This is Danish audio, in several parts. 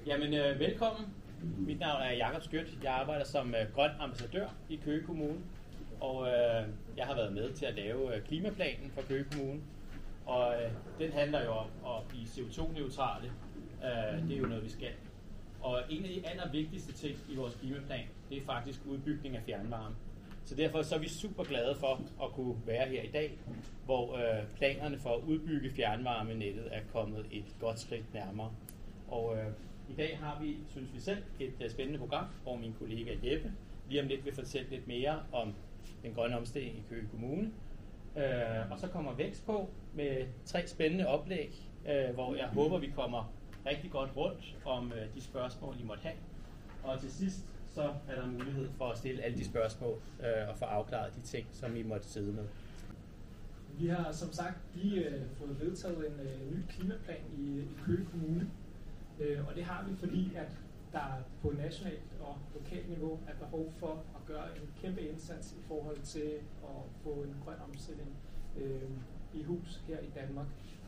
Velkommen. Mit navn er Jakob Skødt. Jeg arbejder som grøn ambassadør i Køge Kommune, og jeg har været med til at lave klimaplanen for Køge Kommune. Og den handler jo om at blive CO2-neutrale. Det er jo noget, vi skal. Og en af de allervigtigste ting i vores klimaplan, det er faktisk udbygning af fjernvarme. Så derfor så er vi super glade for at kunne være her i dag, hvor planerne for at udbygge fjernvarmenettet er kommet et godt skridt nærmere. Og i dag har vi, synes vi selv, et spændende program, hvor min kollega Jeppe lige om lidt vil fortælle lidt mere om den grønne omstilling i Køge Kommune. Og så kommer Vækst på med 3 spændende oplæg, hvor jeg håber, vi kommer rigtig godt rundt om de spørgsmål, I måtte have. Og til sidst så er der mulighed for at stille alle de spørgsmål og få afklaret de ting, som I måtte sidde med. Vi har som sagt lige fået vedtaget en ny klimaplan i Køge Kommune. Og det har vi, fordi at der på nationalt og lokalt niveau er behov for at gøre en kæmpe indsats i forhold til at få en grøn omstilling i hus her i Danmark.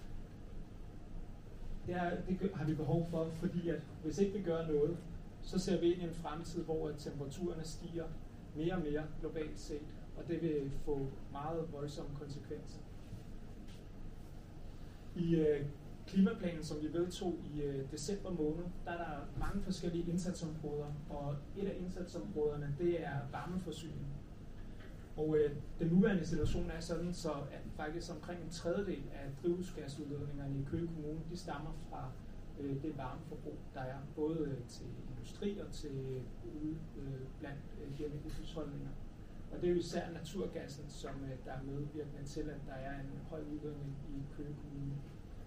Det har vi behov for, fordi at hvis ikke vi gør noget, så ser vi ind i en fremtid, hvor temperaturerne stiger mere og mere globalt set, og det vil få meget voldsomme konsekvenser. I klimaplanen, som vi vedtog i december måned, der er der mange forskellige indsatsområder, og et af indsatsområderne, det er varmeforsyning. Og den nuværende situation er sådan, så at faktisk omkring en tredjedel af drivhusgasudledningerne i Køge Kommune, de stammer fra det varmeforbrug, der er både til industri og til ude blandt hjemmehusholdninger. Og det er jo især naturgassen, som der er medvirkende til, at der er en høj udledning i Køge Kommune.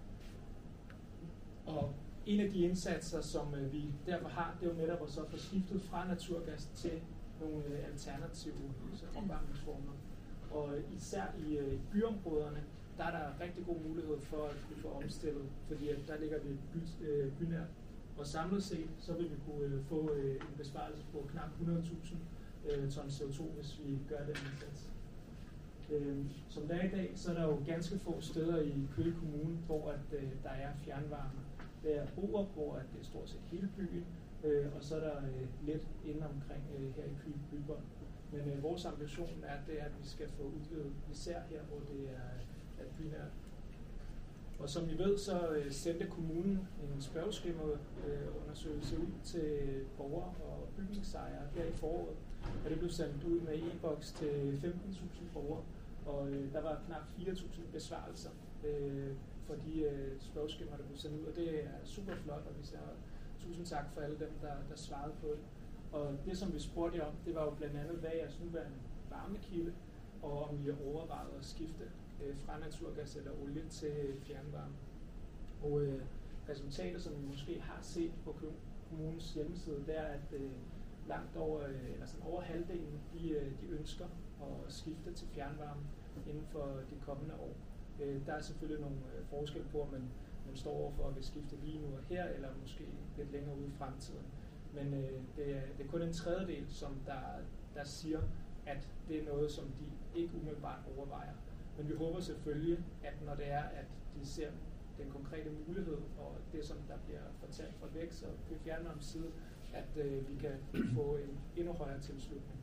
Og en af de indsatser, som vi derfor har, det er jo netop at så få skiftet fra naturgas til nogle alternative opvarmningsformer. Og især i byområderne, der er der rigtig god mulighed for at vi får omstillet, fordi der ligger vi bynært. Og samlet set, så vil vi kunne få en besparelse på knap 100.000 ton CO2, hvis vi gør den indsats. Som der er i dag, så er der jo ganske få steder i Køge Kommune, hvor der er fjernvarme. Der er Borup, hvor det er stort set hele byen, og så er der lidt inde omkring her i Køge Bybold. Men vores ambition er, at vi skal få udvidet især her, hvor det er bynært. Og som I ved, så sendte kommunen en spørgeskemaundersøgelse ud til borgere og bygningsejere her i foråret. Og det blev sendt ud med e-boks til 15.000 borgere, og der var knap 4.000 besvarelser for de spørgeskemaer, der blev sendt ud. Og det er super flot, og vi siger tusind tak for alle dem, der svarede på det. Og det, som vi spurgte jer om, det var jo blandt andet, hvad er jeres nuværende varmekilde, og om I har overvejet at skifte fra naturgas eller olie til fjernvarme. Og resultatet, som vi måske har set på kommunens hjemmeside, det er, at langt over, eller sådan over halvdelen, de ønsker at skifte til fjernvarme inden for de kommende år. Der er selvfølgelig nogle forskel på, om man står overfor at skifte lige nu og her, eller måske lidt længere ude i fremtiden. Men det er kun en tredjedel, som der siger, at det er noget, som de ikke umiddelbart overvejer. Men vi håber selvfølgelig, at når det er, at de ser den konkrete mulighed, og det, som der bliver fortalt fra Vækst og fjernvarmes side, at vi kan få en endnu højere tilslutning.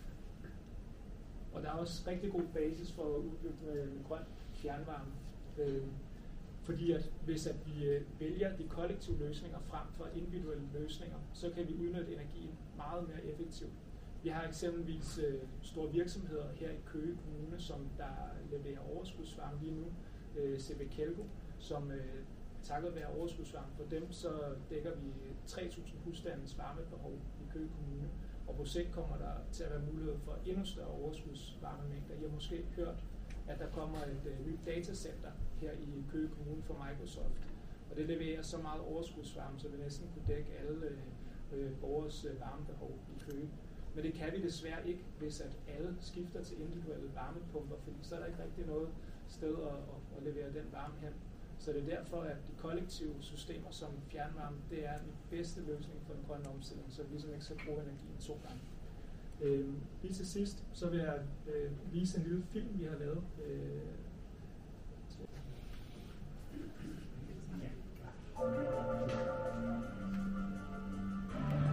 Og der er også rigtig god basis for at udbygge med grøn fjernvarme. Fordi at hvis at vi vælger de kollektive løsninger frem for individuelle løsninger, så kan vi udnytte energien meget mere effektivt. Vi har eksempelvis store virksomheder her i Køge Kommune, som der leverer overskudsvarme lige nu, CB Kelgo, som takket være overskudsvarme for dem, så dækker vi 3.000 husstandens varmebehov i Køge Kommune. Og på sigt kommer der til at være mulighed for endnu større overskudsvarmemængder. I har måske hørt, at der kommer et nyt datacenter her i Køge Kommune for Microsoft. Og det leverer så meget overskudsvarme, så vi næsten kunne dække alle borgers varmebehov i Køge. Men det kan vi desværre ikke, hvis at alle skifter til individuelle varmepumper, fordi så er der ikke rigtig noget sted at levere den varme hen. Så det er derfor, at de kollektive systemer som fjernvarme, det er den bedste løsning for den grønne omstilling, så vi ligesom ikke skal bruge energien 2 gange. Lige til sidst, så vil jeg vise en lille film, vi har lavet.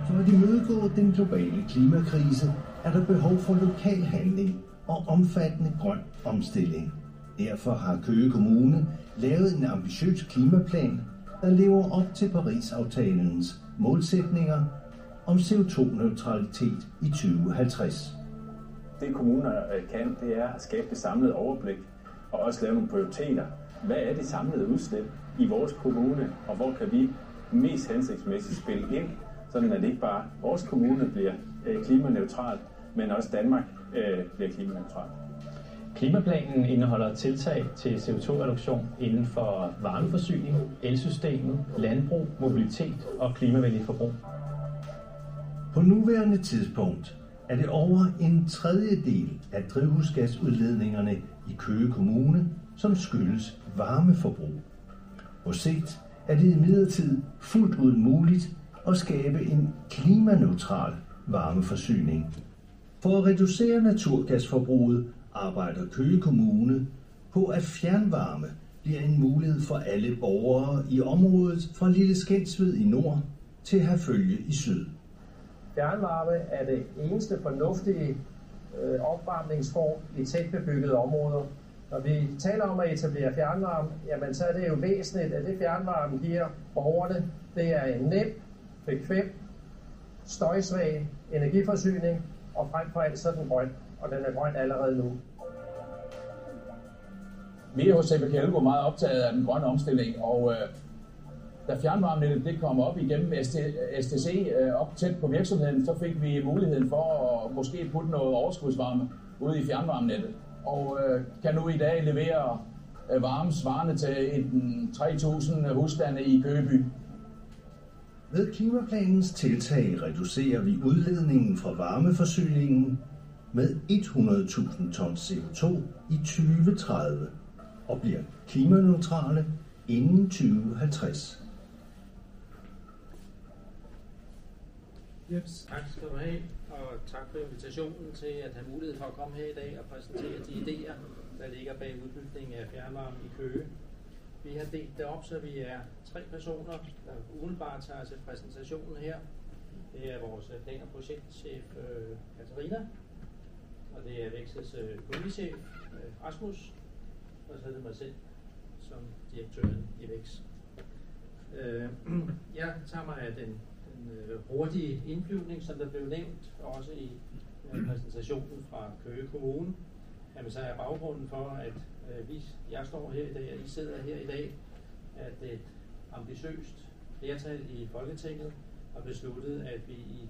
For at imødegå den globale klimakrise er der behov for lokal handling og omfattende grøn omstilling. Derfor har Køge Kommune lavet en ambitiøs klimaplan, der lever op til Paris-aftalens målsætninger om CO2-neutralitet i 2050. Det kommuner kan, det er at skabe det samlede overblik og også lave nogle prioriteter. Hvad er det samlede udslip i vores kommune, og hvor kan vi mest hensigtsmæssigt spille ind, sådan at det ikke bare vores kommune bliver klimaneutral, men også Danmark bliver klimaneutral. Klimaplanen indeholder tiltag til CO2-reduktion inden for varmeforsyning, elsystemet, landbrug, mobilitet og klimavenlig forbrug. På nuværende tidspunkt er det over en tredjedel af drivhusgasudledningerne i Køge Kommune, som skyldes varmeforbrug. På sigt er det imidlertid fuldt ud muligt at skabe en klimaneutral varmeforsyning. For at reducere naturgasforbruget arbejder Køge Kommune på, at fjernvarme bliver en mulighed for alle borgere i området fra Lille Skensved i nord til Herfølge i syd. Fjernvarme er det eneste fornuftige opvarmningsform i tætbebyggede områder. Når vi taler om at etablere fjernvarme, jamen så er det jo væsentligt, at det fjernvarme giver borgerne, det er en nem, bekvem, støjsvag energiforsyning, og frem for alt så er den grøn, og den er grøn allerede nu. Vi er hos CBK Elgo meget optaget af den grønne omstilling, og da fjernvarmenettet det kom op igennem STC op tæt på virksomheden, så fik vi muligheden for at måske putte noget overskudsvarme ude i fjernvarmenettet. Og kan nu i dag levere varme svarende til 3.000 husstande i Køgeby. Ved klimaplanens tiltag reducerer vi udledningen fra varmeforsyningen med 100.000 tons CO2 i 2030 og bliver klimaneutrale inden 2050. Jeps, tak skal du have, og tak for invitationen til at have mulighed for at komme her i dag og præsentere de idéer, der ligger bag udbygningen af fjernvarme i Køge. Vi har delt det op, så vi er 3 personer, der umiddelbart tager til præsentationen her. Det er vores plan- og projektchef Katarina, og det er Væksts økonomichef Rasmus, og så er det mig selv som direktøren i Vækst. Jeg tager mig af den hurtige indflyvning, som der blev nævnt, også i præsentationen fra Køge Kommune. Jamen, så er baggrunden for, at jeg står her i dag, og I sidder her i dag, at et ambitiøst flertal i Folketinget har besluttet, at vi i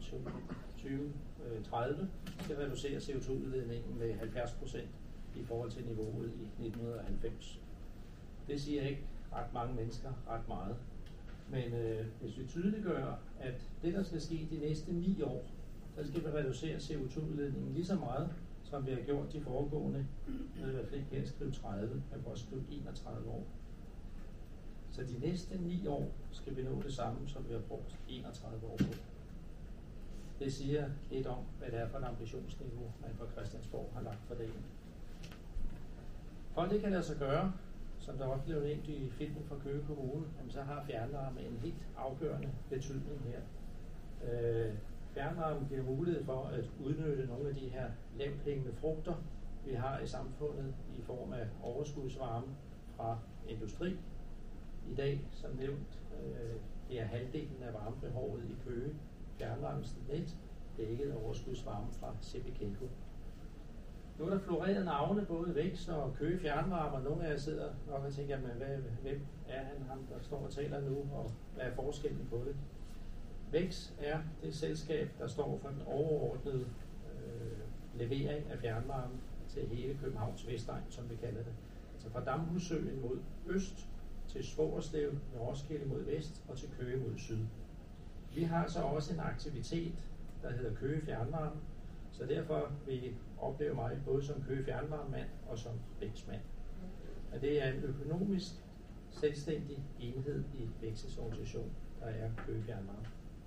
2030 skal reducere CO2-udledningen med 70% i forhold til niveauet i 1990. Det siger ikke ret mange mennesker ret meget. Men hvis vi tydeliggør, at det, der skal ske de næste 9 år, så skal vi reducere CO2-udledningen lige så meget, som vi har gjort de foregående, i hvert fald ikke helst skrive 30, men også skrive 31 år. Så de næste 9 år skal vi nå det samme, som vi har brugt 31 år på. Det siger lidt om, hvad det er for et ambitionsniveau, man fra Christiansborg har lagt for dagen. For det kan lade sig gøre, som der også blev nævnt i filmen fra Køge Kommune, så har fjernvarme en helt afgørende betydning her. Fjernvarme giver mulighed for at udnytte nogle af de her lavthængende frugter, vi har i samfundet i form af overskudsvarme fra industri. I dag, som nævnt, det er halvdelen af varmebehovet i Køge fjernvarmens net dækket af overskudsvarme fra CBK Elgo. Nu er der floreret navne, både Vækst og Køge Fjernvarme, og nogle af jer sidder nok og tænker, men hvem er ham, der står og taler nu, og hvad er forskellen på det? Vækst er det selskab, der står for den overordnede levering af fjernvarme til hele Københavns Vestegn, som vi kalder det. Så fra Damhussøen mod øst, til Svogerslev med Roskilde mod vest og til Køge mod syd. Vi har så også en aktivitet, der hedder Køge Fjernvarme, så derfor vil I opleve mig både som Køge Fjernvarmemand og som vækstmand. Og det er en økonomisk selvstændig enhed i Væksts organisation, der er Køge Fjernvarme.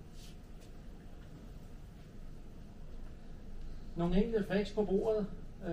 Nogle enkelte facts på bordet.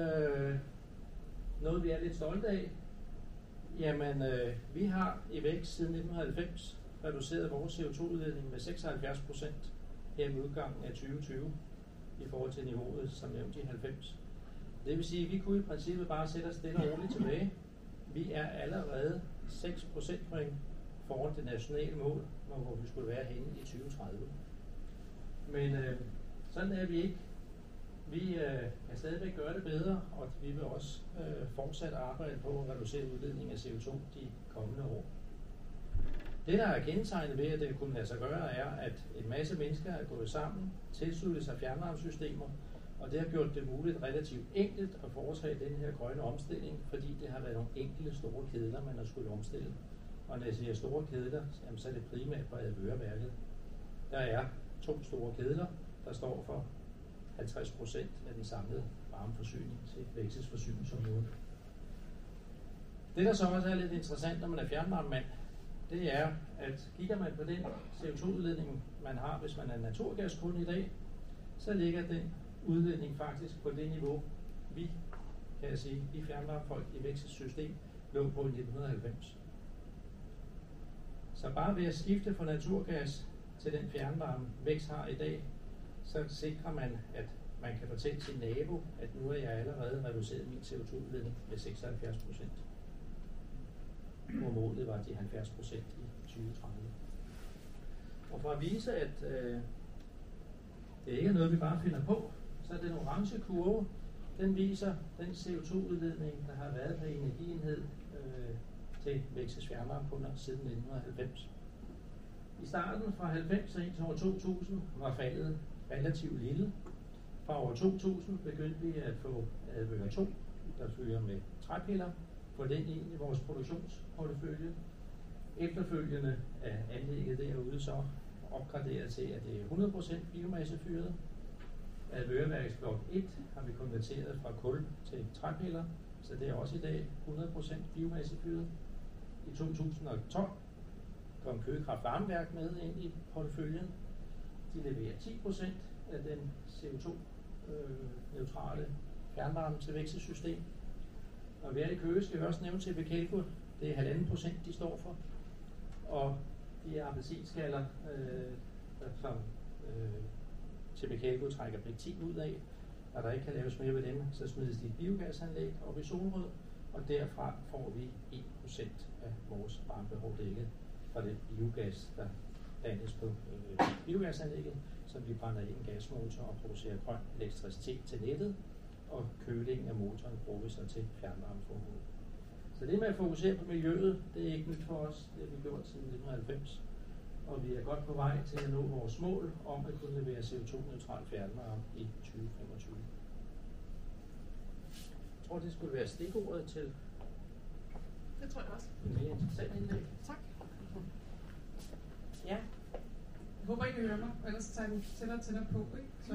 Noget vi er lidt stolte af. Jamen, vi har i Vækst siden 1990 reduceret vores CO2-udledning med 76%. her ved udgangen af 2020 i forhold til niveauet, som nævnt i 90. Det vil sige, at vi kunne i princippet bare sætte os stille og roligt tilbage. Vi er allerede 6 procentpoint foran det nationale mål, hvor vi skulle være henne i 2030. Men sådan er vi ikke. Vi kan stadigvæk gøre det bedre, og vi vil også fortsat arbejde på at reducere udledningen af CO2 de kommende år. Det, der er kendetegnet ved, at det kunne lade sig gøre, er, at en masse mennesker er gået sammen, tilsluttet sig fjernvarmesystemer, og det har gjort det muligt relativt enkelt at foretage den her grønne omstilling, fordi det har været nogle enkelte store kedler, man har skulle omstille. Og når jeg siger store kedler, så er det primært på Avedøreværket. Der er 2 store kedler, der står for 50% af den samlede varmeforsyning til vækselsforsyningsområdet. Det, der så også er lidt interessant, når man er fjernvarmemand, det er, at kigger man på den CO2-udledning, man har, hvis man er naturgaskunde i dag, så ligger den udledning faktisk på det niveau, vi, kan jeg sige, i fjernvarmefolk i vækselsystem, lå på i 1990. Så bare ved at skifte fra naturgas til den fjernvarme, Vækst har i dag, så sikrer man, at man kan fortælle sin nabo, at nu er jeg allerede reduceret min CO2-udledning med 76%. Hvor målet var de 70% i 2030. Og for at vise, at det ikke er noget, vi bare finder på, så er den orange kurve, den viser den CO2-udledning, der har været per energienhed til Væksels fjernvarmekunder siden 1990. I starten fra 90 til år 2000 var faldet relativt lille. Fra år 2000 begyndte vi at få Avedøre 2, der følger med træpiller, få den ind i vores produktionsportefølje. Efterfølgende er anlægget derude så opgraderet til, at det er 100% biomassefyret. Avedøreværkets blok 1 har vi konverteret fra kul til træpiller, så det er også i dag 100% biomassefyret. I 2012 kom Køge Kraft Varmeværk med ind i porteføljen. De leverer 10% af den CO2-neutrale fjernvarme til vækselsystem. Og ved i Køge skal vi også nævne til Bekelko, det er 1,5% de står for. Og de er appelsinskaller, som til Bekelko trækker pektin ud af, og der ikke kan laves mere ved dem, så smides de et biogasanlæg op i Solrød, og derfra får vi 1% af vores varmebehov dækket fra den biogas, der dannes på biogasanlægget, som vi brænder i en gasmotor og producerer grøn elektricitet til nettet, og kølingen af motoren bruger vi så til fjernvarmeformål. Så det med at fokusere på miljøet, det er ikke nyt for os. Det har vi gjort siden 1990. Og vi er godt på vej til at nå vores mål om at kunne levere CO2-neutral fjernvarme i 2025. Jeg tror, det skulle være stikordet til. Det tror jeg også. En mere interessant indlæg. Tak. Ja. Jeg håber, I kan høre mig, ellers tager jeg den tættere på. Ikke? Så,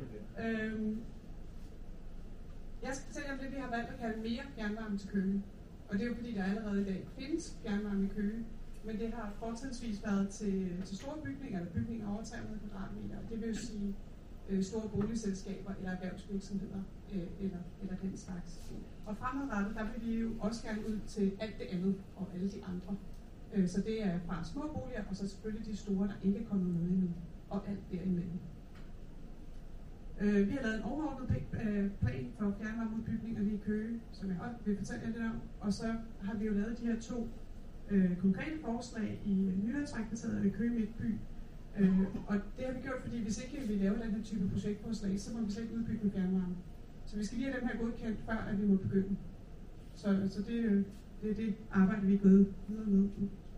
jeg skal fortælle jer, at vi har valgt at kalde mere fjernvarme til Køge. Og det er jo fordi, der allerede i dag findes fjernvarme i Køge. Men det har fortrinsvis været til store bygninger, eller bygninger over 300 kvadratmeter. Det vil jo sige store boligselskaber eller erhvervsvirksomheder eller den slags. Og fremadrettet, der vil vi jo også gerne ud til alt det andet og alle de andre. Så det er fra små boliger, og så selvfølgelig de store, der ikke er kommet med endnu, og alt derimellem. Vi har lavet en overordnet plan for fjernvarmeudbygningerne i Køge, som jeg også vil fortælle jer lidt om. Og så har vi jo lavet de her 2 konkrete forslag i Nylandstrækkvarteret ved Køge Midtby. Og det har vi gjort, fordi hvis ikke vi laver den her type projektforslag, så må vi slet ikke udbygge med fjernvarme. Så vi skal lige have dem her godkendt, før at vi må begynde. Så det er det arbejde, vi er gået videre med.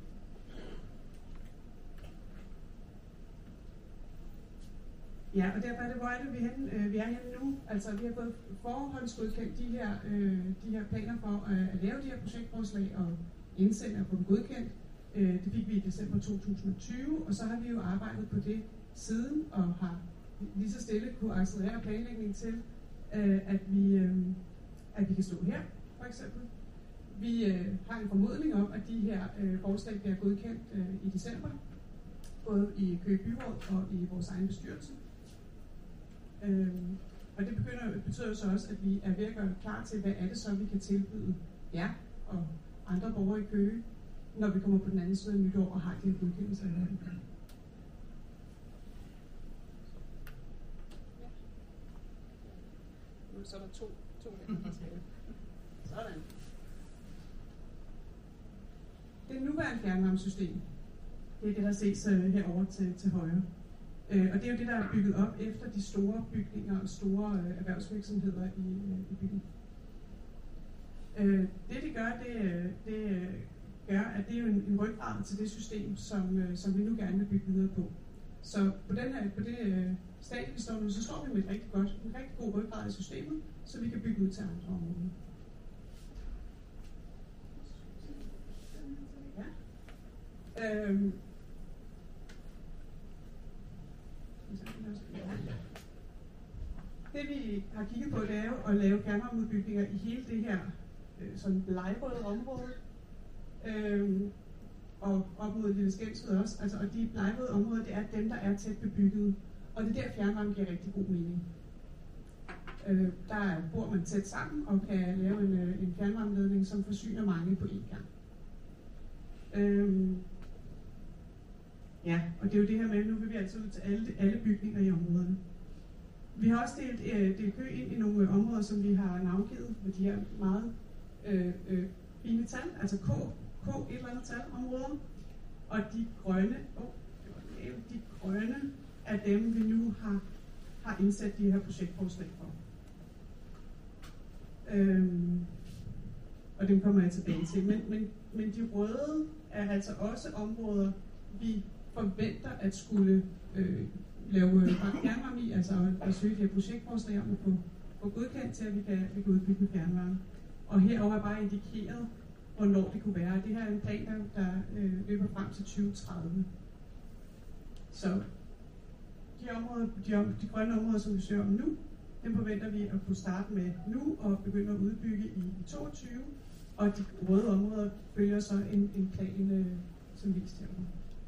Ja, og derfor er det, hvor er det, vi er henne nu. Altså, vi har fået forhåndsgodkendt de her planer for at lave de her projektforslag og indsende og få dem godkendt. Det fik vi i december 2020, og så har vi jo arbejdet på det siden, og har lige så stille kunne accelerere planlægningen til, at vi kan stå her, for eksempel. Vi har en formodning om, at de her forslag bliver godkendt i december, både i Køge Byråd og i vores egen bestyrelse. Og det betyder jo så også, at vi er ved at gøre klar til, hvad er det så, vi kan tilbyde jer og andre borgere i Køge, når vi kommer på den anden side af nytår og har de her godkendelser i verden. så er der to hænder, der skal. Sådan. Det nuværende fjernvarmesystem, det er det, der ses herovre til højre. Og det er jo det, der er bygget op efter de store bygninger og store erhvervsvirksomheder i byen. Det gør, det gør, at det er jo en ryggrad til det system, som vi nu gerne vil bygge videre på. Så på det stadie, vi står nu, så står vi med en rigtig god ryggrad i systemet, så vi kan bygge ud til andre områder. Ja. Det vi har kigget på, det er jo at lave fjernvarmeudbygninger i hele det her sådan blegrøde område, og op mod Lille Skensved også. Altså, og de blegrøde områder, det er dem, der er tæt bebygget. Og det er der fjernvarme giver rigtig god mening. Der bor man tæt sammen og kan lave en fjernvarmeledning, som forsyner mange på én gang. Ja, og det er jo det her med, nu vil vi altså ud til alle bygninger i områderne. Vi har også delt kø ind i nogle områder, som vi har navngivet med de her meget fine tal, altså K et eller andet tal områder. Og de grønne er dem, vi nu har indsat de her projektforslag for. Og dem kommer jeg tilbage til. Men de røde er altså også områder, vi forventer at skulle lave fjernvarme i, altså at søge de her projektforslag om at få godkendt til, at vi kan udbygge fjernvarme. Og herover er bare indikeret, hvornår det kunne være. Det her er en plan, der løber frem til 2030. Så de grønne områder, som vi søger om nu, dem forventer vi at kunne starte med nu og begynde at udbygge i 2022. Og de røde områder følger så en plan, som vist herovre.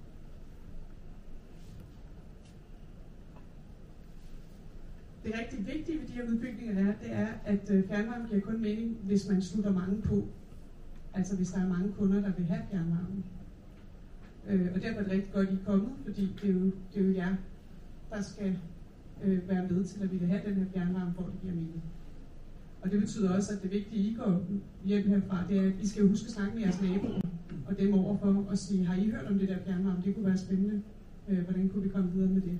Det rigtig vigtige ved de her udbygninger det er, at fjernvarme giver kun mening, hvis man slutter mange på. Altså hvis der er mange kunder, der vil have fjernvarme. Og derfor er det rigtig godt, at I er kommet, fordi det er jo jer, der skal være med til, at vi vil have den her fjernvarme, hvor det giver mening. Og det betyder også, at det vigtige, I går hjem herfra, det er, at I skal huske at snakke med jeres naboer og dem overfor og sige, har I hørt om det der fjernvarme? Det kunne være spændende. Hvordan kunne vi komme videre med det?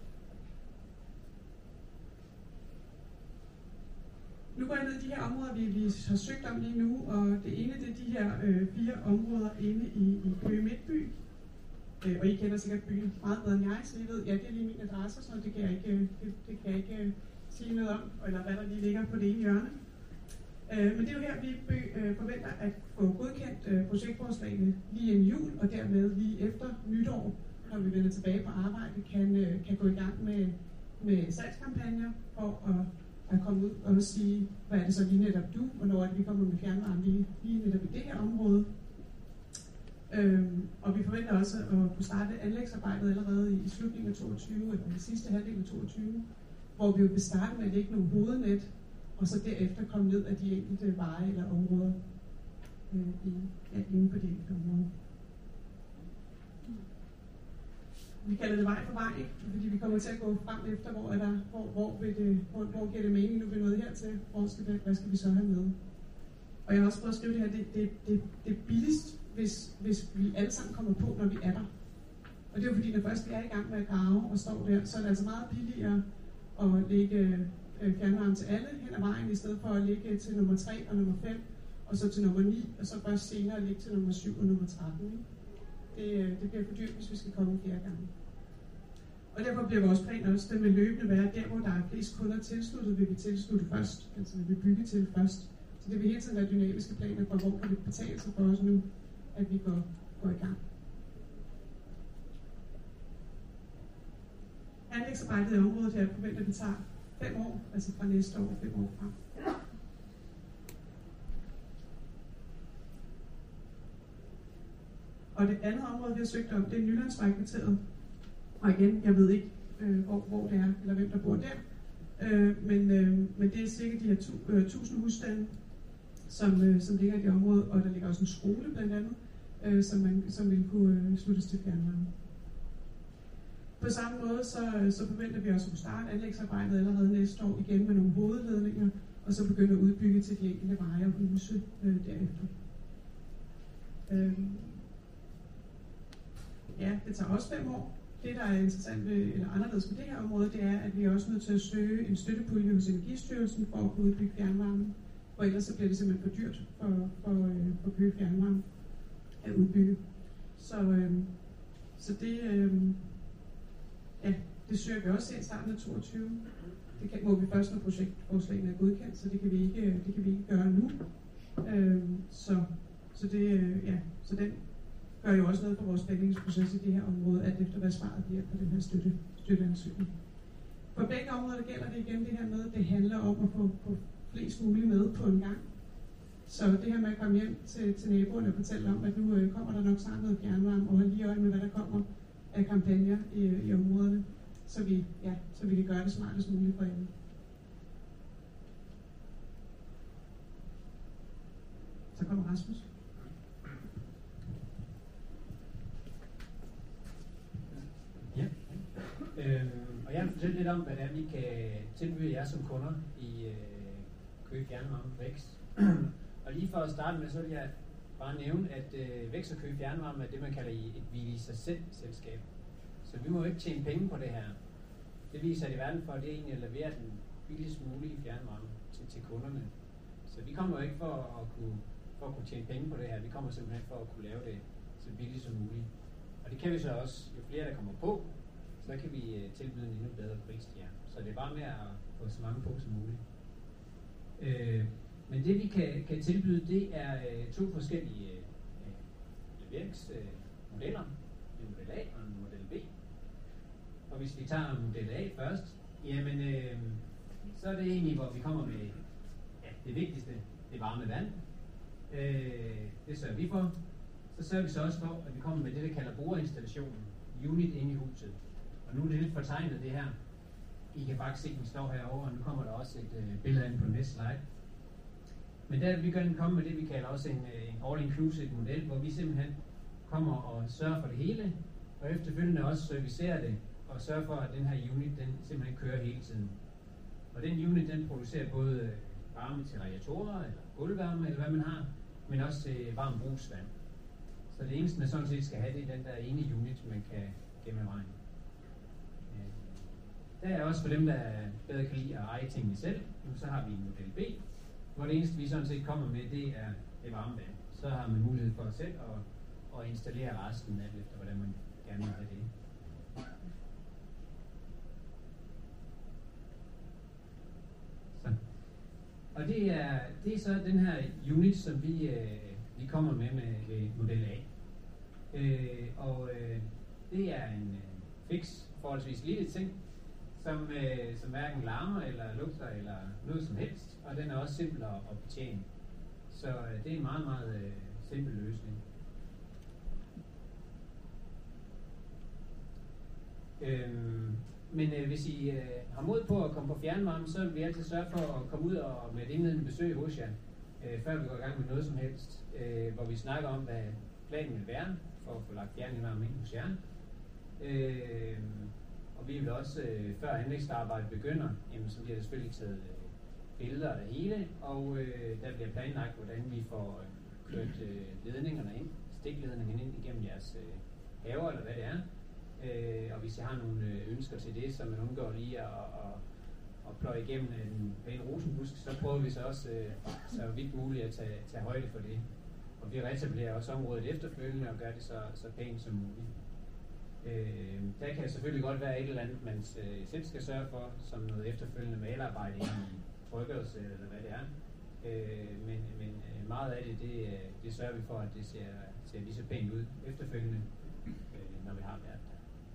Nu går jeg ned i de her områder, vi har søgt om lige nu, og det ene det er de her 4 områder inde i Køge Midtby. Og I kender sikkert byen meget bedre end jeg, så I ved, ja, det er lige min adresse, så det kan jeg ikke sige noget om, eller hvad der lige ligger på det ene hjørne. Men det er jo her, vi forventer at få godkendt projektforslagene lige inden jul, og dermed lige efter nytår, når vi vender tilbage på arbejde, kan gå i gang med salgskampagner for at komme ud og sige, hvad er det så lige netop du, hvornår er det, vi kommer med fjernvarme lige netop i det her område. Og vi forventer også at kunne starte anlægsarbejdet allerede i slutningen af 2022, eller i sidste halvdel af 2022, hvor vi jo vil starte med at lægge nogle hovednet, og så derefter komme ned af de enkelte veje eller områder inden for de enkelte områder. Vi kalder det vej for vej, fordi vi kommer til at gå frem efter, hvor giver det mening, nu er vi nået hertil, hvad skal vi så have med. Og jeg har også prøvet at skrive det her, det er billigst, hvis vi alle sammen kommer på, når vi er der. Og det er jo fordi, når først vi er i gang med at grave og står der, så er det altså meget billigere at lægge fjernvarme til alle hen ad vejen, i stedet for at lægge til nummer 3 og nummer 5, og så til nummer 9, og så først senere lægge til nummer 7 og nummer 13. Det bliver for dyrt, hvis vi skal komme 4 gange. Og derfor bliver vores plan også, den vil løbende være, der hvor der er flest kunder tilsluttet, vil vi tilslutte først, altså vil vi bygge til først. Så det vil hele tiden være dynamiske planer for, hvor kan det betale sig for os nu, at vi går i gang. Anlægsarbejdet i området her forventer, at det tager 5 år, altså fra næste år 5 år frem. Og det andet område, vi har søgt om, det er Nylandsvejkvarteret. Og igen, jeg ved ikke, hvor det er, eller hvem der bor der. Men det er cirka de her 1000 husstande, som ligger i det område, og der ligger også en skole blandt andet, som vil kunne sluttes til fjernvarme. På samme måde så forventer vi også at starte anlægsarbejdet allerede næste år igen med nogle hovedledninger, og så begynde at udbygge til de enkelte veje og huse derefter. Ja, det tager også 5 år. Det, der er interessant eller anderledes på det her område, det er, at vi er også nødt til at søge en støttepulje hos Energistyrelsen for at kunne udbygge fjernvarmen, for ellers så bliver det simpelthen for dyrt for Køge Fjernvarme at udbygge. Så det, det søger vi også i starten af 2022. Det må vi først, når projektforslagene er godkendt, så det kan vi ikke gøre nu. Så den gør jo også noget for vores planlægningsproces i det her område, at efter hvad svaret bliver på den her støtteansøgning. For begge områder gælder det igen det her med, at det handler om at få flest muligt med på en gang. Så det her med at komme hjem til naboerne og fortælle om, at nu kommer der nok snart noget fjernvarme, og holde lige øje med, hvad der kommer af kampagner i områderne, så vi kan gøre det smartest muligt for alle. Så kommer Rasmus. Ja. Og jeg vil fortælle lidt om, hvad det er, vi kan tilbyde jer som kunder i Køge Fjernvarme Vækst. Og lige for at starte med, så vil jeg bare nævne, at Vækst og Køge Fjernvarme er det, man kalder et hvile i sig selv selskab. Så vi må ikke tjene penge på det her. Det viser i verden for, at det egentlig at levere den billigst mulige fjernvarme til kunderne. Så vi kommer jo ikke for at kunne tjene penge på det her. Vi kommer simpelthen for at kunne lave det så billigt som muligt. Og det kan vi så også, jo flere der kommer på, så kan vi tilbyde en endnu bedre pris til jer. Så det er bare med at få så mange på som muligt. Men det vi kan tilbyde, det er 2 forskellige leveringsmodeller. En model A og en model B. Og hvis vi tager model A først, jamen så er det egentlig, hvor vi kommer med det vigtigste, det varme vand. Det sørger vi for. Så sørger vi så også for, at vi kommer med det, der kalder boreinstallationen, unit inde i huset. Og nu er det lidt fortegnet det her. I kan faktisk se, at den står herovre, og nu kommer der også et billede af den på den næste slide. Men der vil vi gerne komme med det, vi kalder også en all-inclusive model, hvor vi simpelthen kommer og sørger for det hele, og efterfølgende også servicerer det, og sørger for, at den her unit, den simpelthen kører hele tiden. Og den unit, den producerer både varme til radiatorer, eller gulvvarme, eller hvad man har, men også til varm brugsvand. Så det eneste, man sådan set skal have, det er den der ene unit, man kan gemme vejen. Der er også for dem, der bedre kan lide at eje tingene selv. Så har vi model B, hvor det eneste, vi sådan set kommer med, det er det varme vand. Så har man mulighed for selv at installere resten af det, efter hvordan man gerne vil have det. Så. Og det er så den her unit, som vi kommer med model A. Det er en fix, forholdsvis lille ting, som hverken larmer eller lugter eller noget som helst, og den er også simpel at betjene. Så det er en meget, meget simpel løsning. Men hvis I har mod på at komme på fjernvarme, så vil vi altid sørge for at komme ud og med et indledende besøg hos jer, før vi går i gang med noget som helst, hvor vi snakker om, hvad planen vil være for at få lagt fjernvarme ind hos jer. Og vi vil også, før anlægsarbejdet begynder, jamen, så bliver der selvfølgelig taget billeder af det hele, og der bliver planlagt, hvordan vi får kørt ledningerne ind, stikledningerne ind igennem jeres haver, eller hvad det er. Og hvis I har nogle ønsker til det, så man undgår lige at pløje igennem en pæn rosenbusk, så prøver vi så også så vidt muligt at tage højde for det. Og vi reetablerer også området efterfølgende og gør det så pænt som muligt. Der kan selvfølgelig godt være et eller andet, man selv skal sørge for, som noget efterfølgende malerarbejde i trykkers eller hvad det er. Men meget af det sørger vi for, at det ser lige så pænt ud efterfølgende, når vi har været der.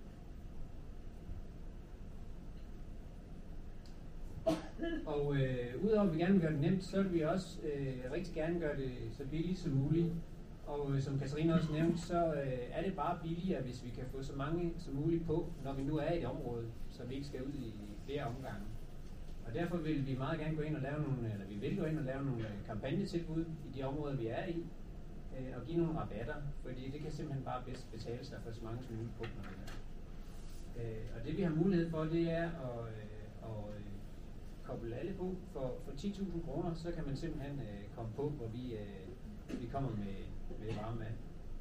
Og udover at vi gerne vil gøre det nemt, så vil vi også rigtig gerne gøre det så billigt som muligt. Og som Katarina også nævnte, så er det bare billigere, hvis vi kan få så mange som muligt på, når vi nu er i et område, så vi ikke skal ud i flere omgange. Og derfor vil vi meget gerne gå ind og lave nogle kampagnetilbud i de områder, vi er i, og give nogle rabatter, fordi det kan simpelthen bare bedst betale sig for så mange som muligt på. Og det vi har mulighed for, det er at koble alle på. For 10.000 kroner, så kan man simpelthen komme på, hvor vi kommer med varme vand.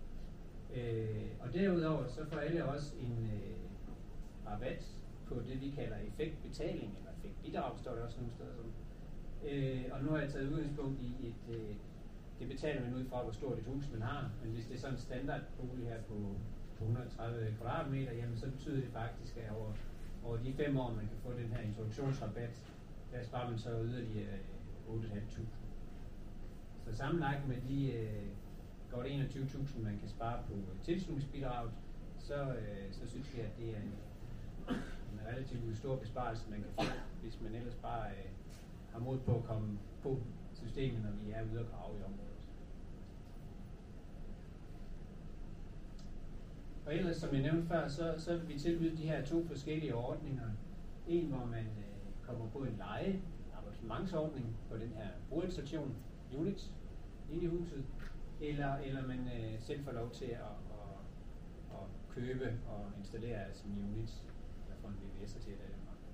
Og derudover så får alle også en rabat på det, vi kalder effektbetaling, eller effektbidrag, står der også nogle steder sådan. Og nu har jeg taget udgangspunkt i det betaler man ud fra, hvor stort et hus man har, men hvis det er sådan en standardbolig her på 130 kvadratmeter, jamen så betyder det faktisk, at over de 5 år, man kan få den her introduktionsrabat, der sparer man så yderligere 8.500. Så sammenlagt med de godt 21.000, man kan spare på tilslutningsbidraget, så synes vi, at det er en relativt stor besparelse, man kan få, hvis man ellers bare har mod på at komme på systemet, når vi er ude og grave i området. Og ellers, som jeg nævnte før, så vil vi tilbyde de her 2 forskellige ordninger. En, hvor man kommer på en abonnementsordning på den her brugerstation, units, inde i huset, eller man selv får lov til at købe og installere sine units, eller få en VVS'er til det.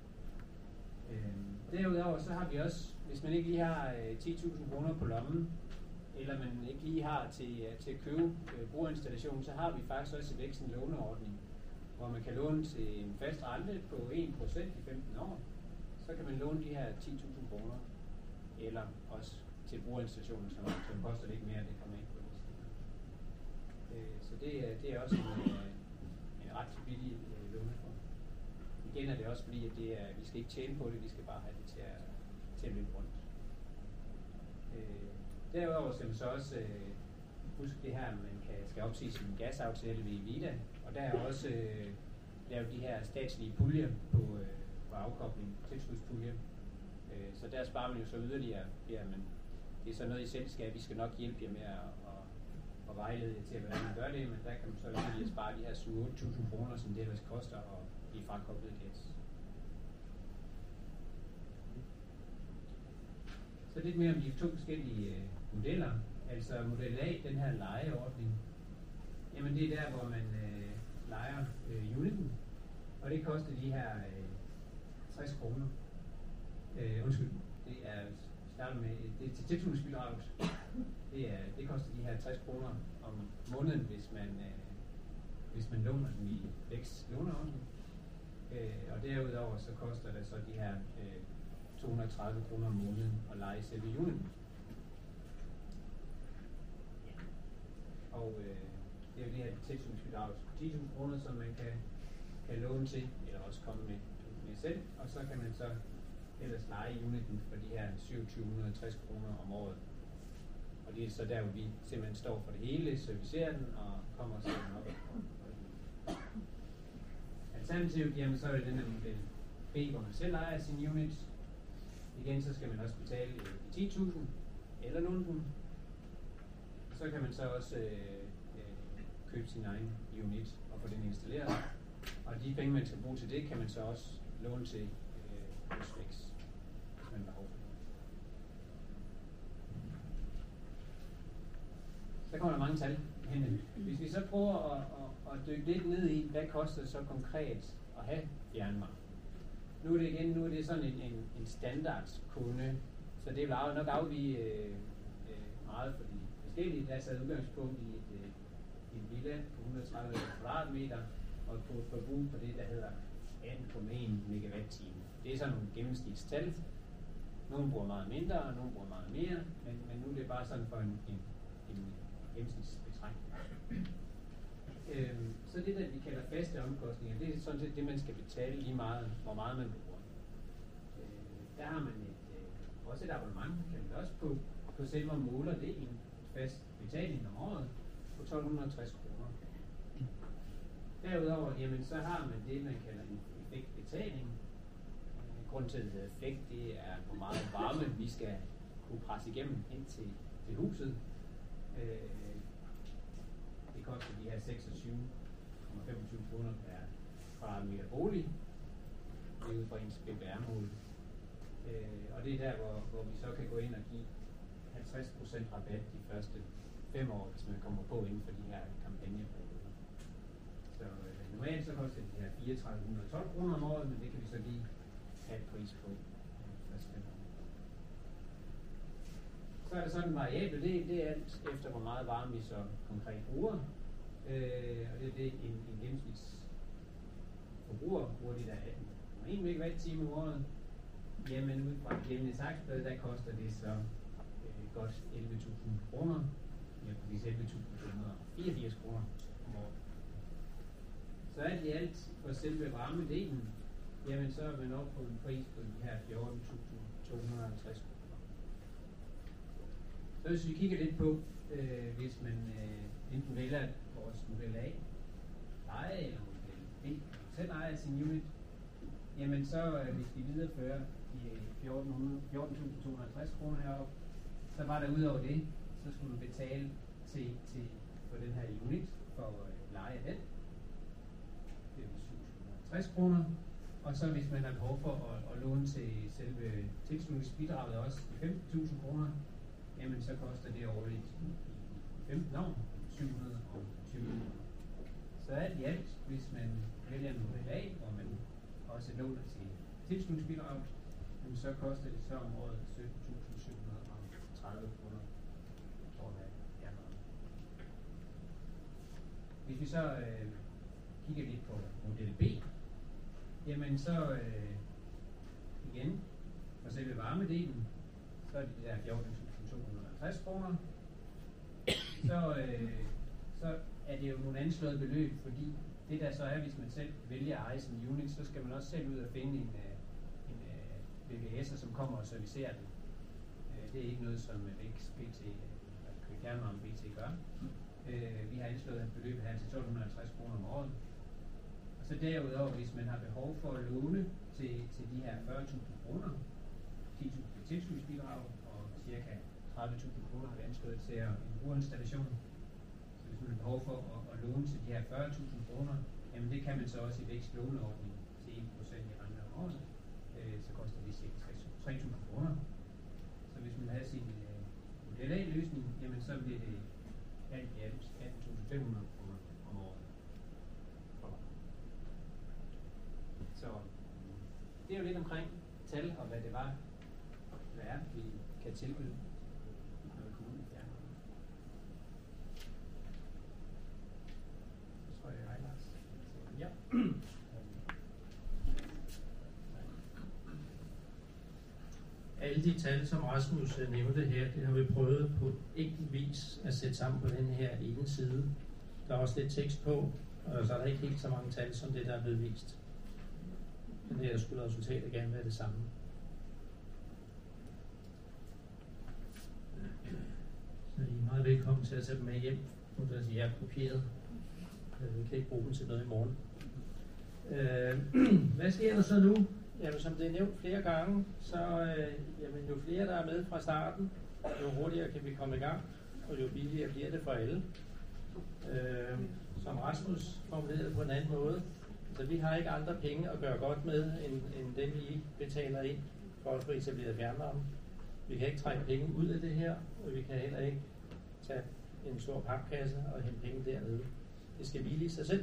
Derudover så har vi også, hvis man ikke lige har 10.000 kroner på lommen, eller man ikke lige har til at købe brugerinstallationen, så har vi faktisk også i Vækst en låneordning, hvor man kan låne til en fast rente på 1% i 15 år. Så kan man låne de her 10.000 kroner, eller også til brugerinstallationen, som koster lidt mere, det kommer ind på det. Så det er også en ret billig låneform. Igen er det også fordi, at vi skal ikke tjene på det, vi skal bare have det til at løbe rundt. Derudover skal man så også huske det her, at man skal opsige sin gasaftale ved Evida, og der er også lavet de her statslige puljer på afkobling, tilskudspuljer. Så der sparer man jo så yderligere, men det er så noget i selskab, vi skal nok hjælpe jer med at vejlede jer til, hvordan man gør det, men der kan man så yderligere spare de her 7-8.000 kroner, som det ellers koster at blive frakoblet gas. Så lidt mere om de 2 forskellige modeller. Altså model A, den her lejeordning, jamen det er der, hvor man lejer uniten, og det koster de her 60 kroner. Det er startet med det til tilslutningsbidraget. Det koster de her 60 kroner om måneden, hvis man låner den i Vækst låneordning. Og derudover så koster det så de her 230 kroner om måneden at leje selve uniten. Og det er jo det her tilslutningsbidrag på 10.000 kroner, som man kan låne til, eller også komme med selv. Og så kan man så ellers leje uniten for de her 2760 kroner om året. Og det er så der, hvor vi simpelthen står for det hele, servicerer den og kommer så op og alternativt, jamen så er det den her model B, hvor man selv ejer sin unit. Igen, så skal man også betale 10.000 eller låne den. Så kan man så også købe sin egen unit og få den installeret. Og de penge, man skal bruge til det, kan man så også låne til hos Vækst, hvis man har behov for det. Så kommer der mange tal hen. Hvis vi så prøver at dykke lidt ned i, hvad koster det så konkret at have fjernvarme? Nu er det sådan en standardkunde, så det vil nok afvige meget for de forskellige. Der er sat udgangspunkt i en villa på 130 kvadratmeter og på et forbrug på det, der hedder 18,1 megawatt-time. Det er sådan nogle gennemsnitstal. Nogle bruger meget mindre, og nogle bruger meget mere, men nu er det bare sådan for en gennemsnitsbetragtning. Så det, der vi kalder faste omkostninger, det er sådan set det, man skal betale lige meget, hvor meget man bruger. Der har man også et abonnement, kan man også på selve målerdelen, fast betaling om året på 1.260 kroner. Derudover, jamen, så har man det, man kalder en effektbetaling. Grunden til, at det hedder effekt, det er, hvor meget varme vi skal kunne presse igennem ind til huset. Det koster de her 26,25 kroner per kvadratmeter bolig. Det er ud fra ens BBR-mål. Og det er der, hvor vi så kan gå ind og give 50% rabat de første 5 år, hvis man kommer på inden for de her kampagneperioder. Så normalt så koster det her 3.412 kroner om året, men det kan vi så lige have et pris på Så er der sådan en variabel, det er alt efter, hvor meget varme vi så konkret bruger. Og det er det, en gennemsnitsforbruger bruger de der 1 megawatt-time om året. Jamen ud fra et gældende takstblad, der koster det så godt 11.000 kroner. Ja, præcis 11.284 kroner om året. Så alt i alt for selve varmedelen, jamen så er man oppe på en pris på de her 14.250 kroner. Så hvis vi kigger lidt på, hvis man enten vælger vores model A, leje eller model B, selv ejer sin unit, jamen så hvis vi viderefører de 14.250 kroner heroppe, så var der ud over det, så skulle du betale for den her unit for at leje den. Det er 750 kroner. Og så hvis man har behov for at låne til selve tilslutningsbidraget også i 15.000 kroner, jamen så koster det årligt i 15 år 720 kroner. Så alt i alt, hvis man vælger en model A, hvor man også låner til tilslutningsbidraget, så koster det så om året 17.730 kroner for at have fjernvarme. Hvis vi så kigger lidt på model B, jamen så igen for selve varmedelen, så er det de der 14.250 kroner. Så er det jo nogle anslåede beløb, fordi det der så er, hvis man selv vælger at eje sin unit, så skal man også selv ud og finde en VVS'er, som kommer og servicerer den. Det er ikke noget, som VEX BT, Fjernvarme BT gør. Vi har anslået et beløb her til 1.250 kroner om året. Og så derudover, hvis man har behov for at låne til de her 40.000 kroner, 10.000 til tilskudsbidrag og ca. 30.000 kroner har vi anslået til en brugerinstallation. Så hvis man har behov for at låne til de her 40.000 kroner, jamen det kan man så også i VEX låneordning til 1% i rente om året. Så koster det ca. 3.000 kroner. Så hvis man har sin model A-løsning, jamen så bliver det alt i alt 18.500 kroner om året. Så det er jo lidt omkring tal og hvad det var, hvad er, vi kan tilbyde noget kommune fjernvarme. Så tror jeg, hej Lars. Ja. Alle de tal, som Rasmus nævnte her, det har vi prøvet på enkelt vis at sætte sammen på den her ene side. Der er også lidt tekst på, og så er der ikke helt så mange tal, som det, der er blevet vist. Men her skulle resultatet gerne være det samme. Så I er meget velkommen til at tage dem med hjem, nu der siger, jeg er kopieret. Vi kan ikke bruge dem til noget i morgen. Hvad sker der så nu? Jamen, som det er nævnt flere gange, så jamen, jo flere der er med fra starten, jo hurtigere kan vi komme i gang, og jo billigere bliver det for alle. Som Rasmus formulerede på en anden måde, så vi har ikke andre penge at gøre godt med, end dem I betaler ind for at få etableret fjernvarme. Vi kan ikke trække penge ud af det her, og vi kan heller ikke tage en stor papkasse og hente penge dernede. Det skal hvile i sig selv.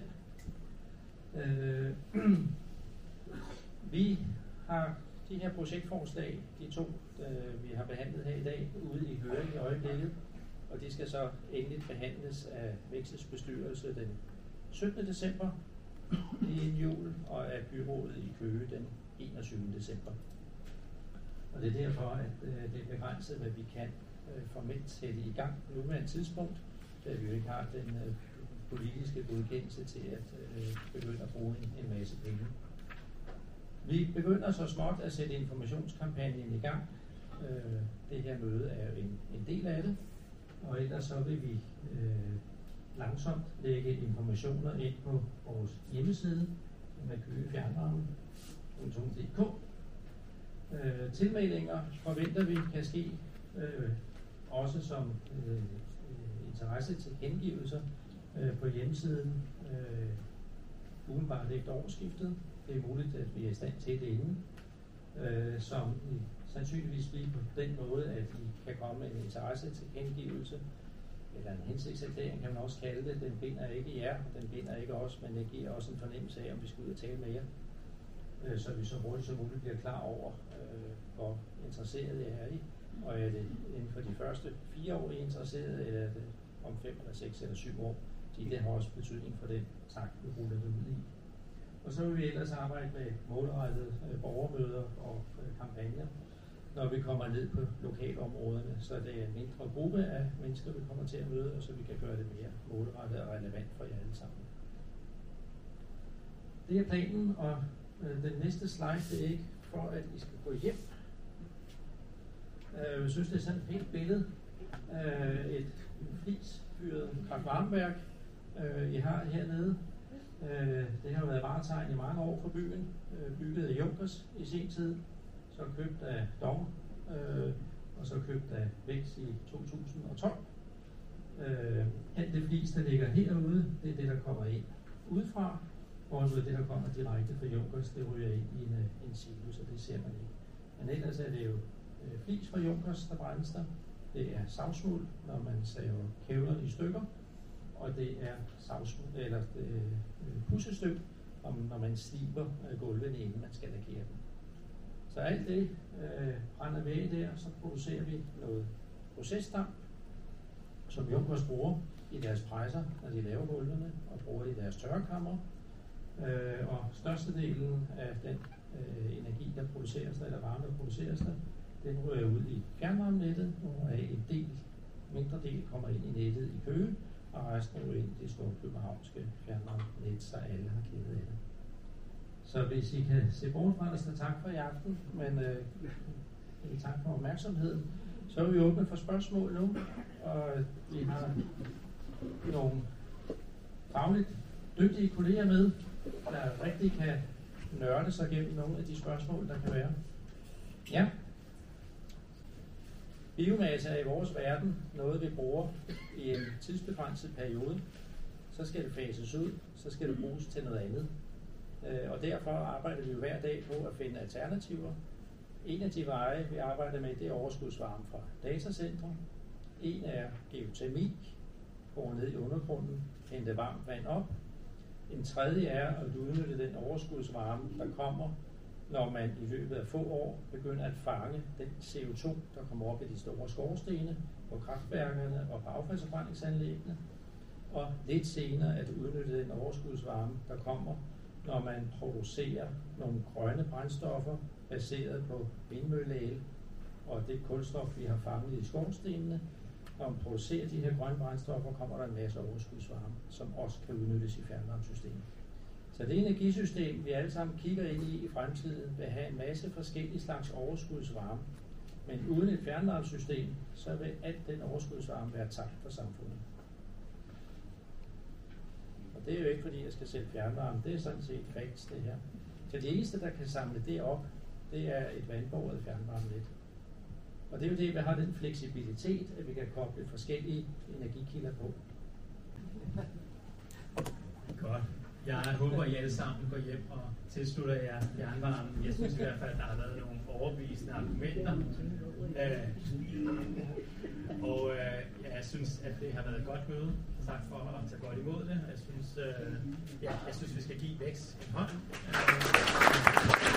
Vi har de her projektforslag, de to, vi har behandlet her i dag, ude i høring i øjeblikket, og de skal så endeligt behandles af VEX's bestyrelse den 17. december i jul, og af byrådet i Køge den 21. december. Og det er derfor, at det er begrænset, hvad vi kan formelt sætte i gang på nuværende tidspunkt, da vi jo ikke har den politiske godkendelse til at begynde at bruge en masse penge. Vi begynder så småt at sætte informationskampagnen i gang. Det her møde er jo en del af det, og ellers så vil vi langsomt lægge informationer ind på vores hjemmeside, som er køgefjernvarme.dk. Tilmeldinger forventer vi kan ske også som interesse til gengivelser på hjemmesiden umiddelbart efter årsskiftet. Det er muligt, at vi er i stand til det inden, som sandsynligvis bliver på den måde, at I kan komme med en interesse til gengivelse, eller en hensigtserklæring kan man også kalde det. Den binder ikke jer, den binder ikke os, men det giver også en fornemmelse af, om vi skal ud og tale med jer. så vi så hurtigt som muligt bliver klar over, hvor interesseret jeg er i. Og er det inden for de første 4 år, I er interesseret, eller er det om 5 eller 6 eller 7 år? Det har også betydning for den takt, vi ruller det ud i. Og så vil vi ellers arbejde med målrettede borgermøder og kampagner, når vi kommer ned på lokalområderne, så det er en mindre gruppe af mennesker, vi kommer til at møde, og så vi kan gøre det mere målrettet og relevant for jer alle sammen. Det er planen, og den næste slide, det er ikke for, at I skal gå hjem. Jeg synes, det er sådan et pænt billede. Et flisfyret kraft-varmeværk, I har hernede. Det har været varetegn i mange år for byen, bygget af Junkers i sin tid, så købt af Dong, og så købt af Vækst i 2012. Alt det flis, der ligger herude, det er det, der kommer ind udefra, hvorimod det, der kommer direkte fra Junkers, det ryger ind i en silo, så det ser man ikke. Men ellers er det jo flis fra Junkers, der brændes der. Det er savsmuld, når man saver kævlerne i stykker, og det er pudsestøv, når man sliber gulvene, inden man skal lakere dem. Så alt det brænder væk der, så producerer vi noget procesdamp, som Junkers bruger i deres presser, når de laver gulvene, og bruger det i deres tørrekammer. Og størstedelen af den energi, der produceres der, eller varme, der produceres der, den ryger ud i fjernvarmenettet, og en mindre del kommer ind i nettet i Køge, og resten ryger ind i det store københavnske fjernvarmenet, så alle har kædet af det. Så hvis I kan se bort fra det, så tak for i aften, men tak for opmærksomheden. Så er vi åbne for spørgsmål nu, og vi har nogle fagligt dygtige kolleger med, der rigtig kan nørde sig gennem nogle af de spørgsmål, der kan være. Ja. Biomasse er i vores verden noget, vi bruger i en tidsbegrænset periode. Så skal det fases ud, så skal det bruges til noget andet. Og derfor arbejder vi jo hver dag på at finde alternativer. En af de veje, vi arbejder med, det er overskudsvarme fra datacentre. En er geotermi, går ned i undergrunden, hente varmt vand op. En tredje er at udnytte den overskudsvarme, der kommer, når man i løbet af få år begynder at fange den CO2, der kommer op i de store skorstene på kraftværkerne og på affaldsforbrændingsanlæggene. Og lidt senere at udnytte den overskudsvarme, der kommer, når man producerer nogle grønne brændstoffer baseret på vindmølleel og det kulstof, vi har fanget i skorstenene. Når man producerer de her grønne brændstoffer, kommer der en masse overskudsvarme, som også kan udnyttes i fjernvarmesystemet. Så det energisystem, vi alle sammen kigger ind i fremtiden, vil have en masse forskellige slags overskudsvarme. Men uden et fjernvarmesystem, så vil alt den overskudsvarme være tabt for samfundet. Og det er jo ikke fordi, jeg skal sælge fjernvarme. Det er sådan set facts, det her. Så det eneste, der kan samle det op, det er et vandbåret fjernvarmenet. Og det er jo det, vi har den fleksibilitet, at vi kan koble forskellige energikilder på. Godt. Jeg håber, I alle sammen går hjem og tilslutter jer fjernvarmen. Jeg synes i hvert fald, at der har været nogle overbevisende argumenter. Jeg synes, at det har været et godt møde. Tak for at tage godt imod det. Jeg synes, vi skal give Vækst en hånd.